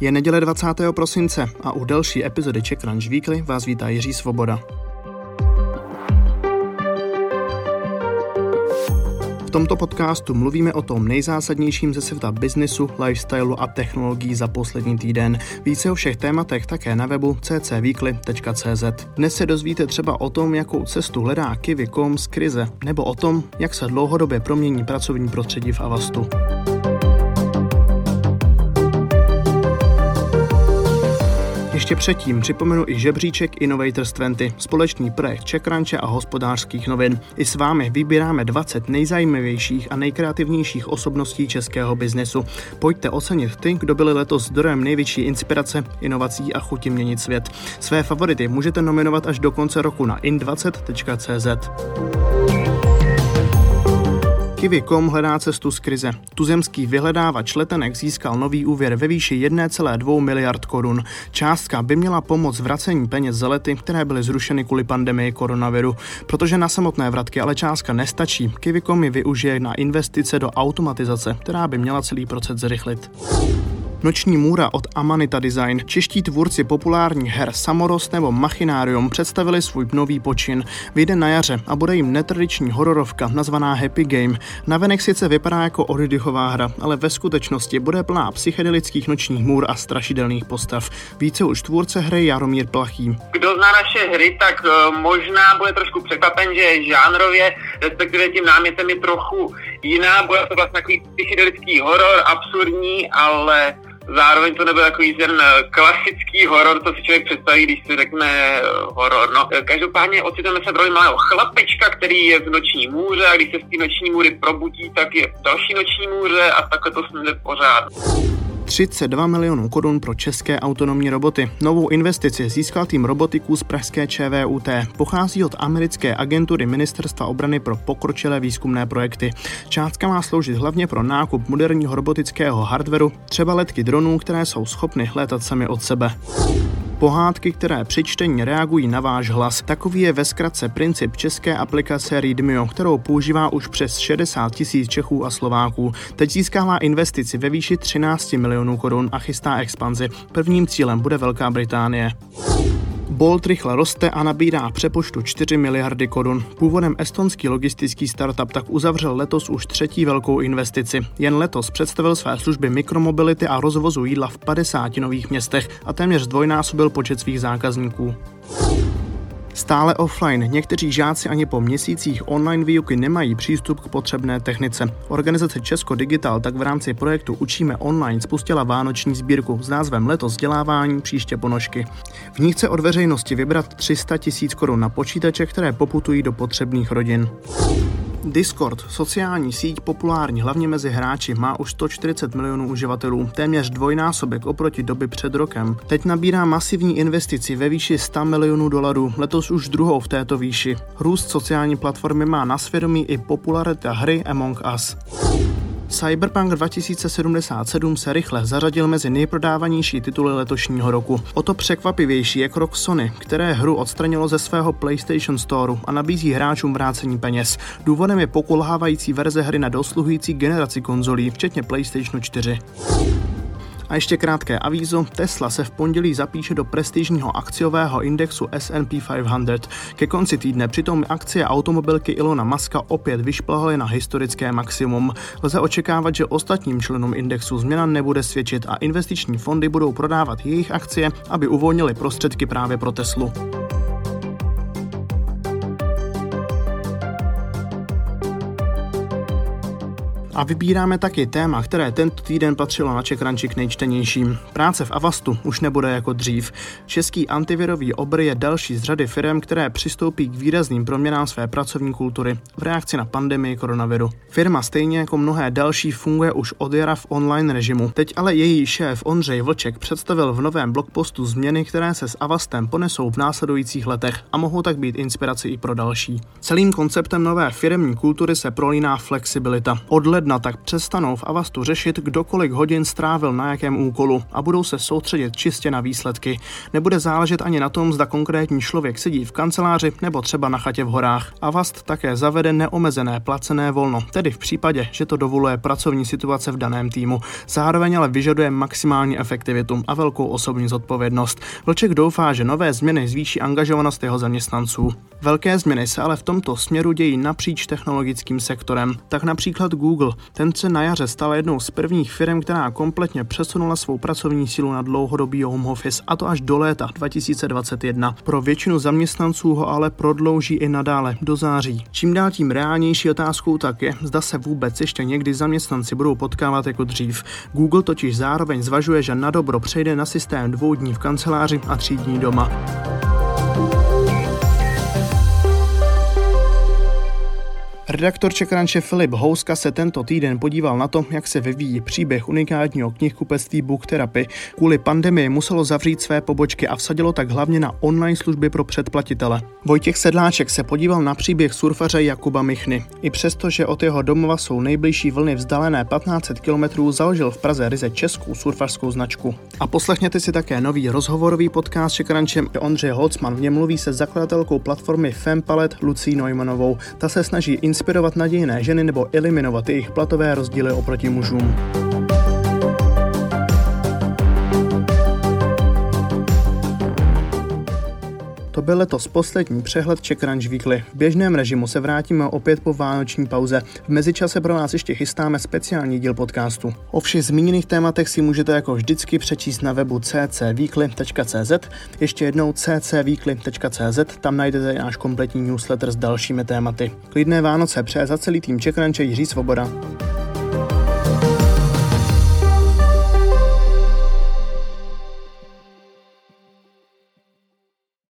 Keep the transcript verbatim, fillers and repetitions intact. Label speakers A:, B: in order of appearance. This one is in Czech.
A: Je neděle dvacátého prosince a u další epizody Czech Crunch Weekly vás vítá Jiří Svoboda. V tomto podcastu mluvíme o tom nejzásadnějším ze světa biznisu, lifestylu a technologií za poslední týden. Více o všech tématech také na webu c c weekly tečka c z. Dnes se dozvíte třeba o tom, jakou cestu hledá Kiwi tečka com z krize, nebo o tom, jak se dlouhodobě promění pracovní prostředí v Avastu. Ještě předtím připomenu i žebříček Innovators dvacet, společný projekt Czech Crunche a Hospodářských novin. I s vámi vybíráme dvacet nejzajímavějších a nejkreativnějších osobností českého biznesu. Pojďte ocenit ty, kdo byli letos zdrojem největší inspirace, inovací a chuti měnit svět. Své favority můžete nominovat až do konce roku na in dvacet tečka c z. Kiwi tečka com hledá cestu z krize. Tuzemský vyhledávač letenek získal nový úvěr ve výši jedna celá dvě miliard korun. Částka by měla pomoct vracení peněz za lety, které byly zrušeny kvůli pandemii koronaviru. Protože na samotné vratky ale částka nestačí, Kiwi tečka com ji využije na investice do automatizace, která by měla celý proces zrychlit. Noční můra od Amanita Design. Čeští tvůrci populárních her Samorost nebo Machinarium představili svůj nový počin. Vyjde na jaře a bude jim netradiční hororovka nazvaná Happy Game. Navenek sice vypadá jako oddechová hra, ale ve skutečnosti bude plná psychedelických nočních můr a strašidelných postav. Více už tvůrce hry Jaromír Plachý.
B: Kdo zná naše hry, tak uh, možná bude trošku překvapen, že žánrově, respektive tím námětem je trochu jiná. Bude to vlastně takový psychedelický horor, absurdní, ale zároveň to nebyl takový ten klasický horor, co si člověk představí, když si řekne horor. No, každopádně ocitneme se v roli malého chlapečka, který je v noční můře a když se z té noční můry probudí, tak je v další noční můře a takhle to s ním jde pořád.
A: třicet dva milionů korun pro české autonomní roboty. Novou investici získal tým robotiků z pražské ČVUT. Pochází od americké agentury Ministerstva obrany pro pokročilé výzkumné projekty. Částka má sloužit hlavně pro nákup moderního robotického hardwaru, třeba letky dronů, které jsou schopny létat sami od sebe. Pohádky, které při čtení reagují na váš hlas. Takový je ve zkratce princip české aplikace Readmio, kterou používá už přes šedesát tisíc Čechů a Slováků. Teď získává investici ve výši třináct milionů korun a chystá expanzi. Prvním cílem bude Velká Británie. Bolt rychle roste a nabírá přepočtu čtyři miliardy korun. Původem estonský logistický startup tak uzavřel letos už třetí velkou investici. Jen letos představil své služby mikromobility a rozvozu jídla v padesáti nových městech a téměř zdvojnásobil počet svých zákazníků. Stále offline. Někteří žáci ani po měsících online výuky nemají přístup k potřebné technice. Organizace Česko Digital tak v rámci projektu Učíme online spustila vánoční sbírku s názvem Letos vzdělávání, příště ponožky. V ní chce od veřejnosti vybrat tři sta tisíc korun na počítače, které poputují do potřebných rodin. Discord, sociální síť populární hlavně mezi hráči, má už sto čtyřicet milionů uživatelů, téměř dvojnásobek oproti době před rokem. Teď nabírá masivní investici ve výši sto milionů dolarů, letos už druhou v této výši. Růst sociální platformy má na svědomí i popularita hry Among Us. Cyberpunk dva tisíce sedmdesát sedm se rychle zařadil mezi nejprodávanější tituly letošního roku. O to překvapivější je krok Sony, které hru odstranilo ze svého PlayStation Storeu a nabízí hráčům vrácení peněz. Důvodem je pokulhávající verze hry na dosluhující generaci konzolí, včetně PlayStation čtyři. A ještě krátké avízo, Tesla se v pondělí zapíše do prestižního akciového indexu S and P pět set. Ke konci týdne přitom akcie automobilky Ilona Muska opět vyšplhaly na historické maximum. Lze očekávat, že ostatním členům indexu změna nebude svědčit a investiční fondy budou prodávat jejich akcie, aby uvolnili prostředky právě pro Teslu. A vybíráme taky téma, které tento týden patřilo na Czech Crunchi k nejčtenějším. Práce v Avastu už nebude jako dřív. Český antivirový obr je další z řady firem, které přistoupí k výrazným proměnám své pracovní kultury v reakci na pandemii koronaviru. Firma stejně jako mnohé další funguje už od jara v online režimu. Teď ale její šéf Ondřej Vlček představil v novém blogpostu změny, které se s Avastem ponesou v následujících letech a mohou tak být inspirací i pro další. Celým konceptem nové firemní kultury se prolíná flexibilita. Od ledna ledna tak přestanou v Avastu řešit, kdo kolik hodin strávil na jakém úkolu a budou se soustředit čistě na výsledky. Nebude záležet ani na tom, zda konkrétní člověk sedí v kanceláři nebo třeba na chatě v horách. Avast také zavede neomezené placené volno, tedy v případě, že to dovoluje pracovní situace v daném týmu. Zároveň ale vyžaduje maximální efektivitu a velkou osobní zodpovědnost. Vlček doufá, že nové změny zvýší angažovanost jeho zaměstnanců. Velké změny se ale v tomto směru dějí napříč technologickým sektorem. Tak například Google. Ten se na jaře stal jednou z prvních firm, která kompletně přesunula svou pracovní sílu na dlouhodobý home office, a to až do léta dva tisíce dvacet jedna. Pro většinu zaměstnanců ho ale prodlouží i nadále do září. Čím dál tím reálnější otázkou tak je, zda se vůbec ještě někdy zaměstnanci budou potkávat jako dřív. Google totiž zároveň zvažuje, že na dobro přejde na systém dvou dní v kanceláři a tří dní doma. Redaktor CzechCrunche Filip Houska se tento týden podíval na to, jak se vyvíjí příběh unikátního knihkupectví Book Therapy. Kvůli pandemii muselo zavřít své pobočky a vsadilo tak hlavně na online služby pro předplatitele. Vojtěch Sedláček se podíval na příběh surfaře Jakuba Michny. I přesto, že od jeho domova jsou nejbližší vlny vzdálené patnáct set kilometrů, založil v Praze ryze českou surfařskou značku. A poslechněte si také nový rozhovorový podcast CzechCrunche. Ondřej Holcman v něm mluví se zakladatelkou platformy Fempalet Lucí Neumannovou. Ta se snaží inspirovat nadějné ženy nebo eliminovat jejich platové rozdíly oproti mužům. To byl letos poslední přehled CzechCrunch Weekly. V běžném režimu se vrátíme opět po vánoční pauze. V mezičase pro vás ještě chystáme speciální díl podcastu. O všech zmíněných tématech si můžete jako vždycky přečíst na webu c c weekly tečka c z. Ještě jednou c c weekly tečka c z, tam najdete náš kompletní newsletter s dalšími tématy. Klidné Vánoce přeje za celý tým CzechCrunche Jiří Svoboda.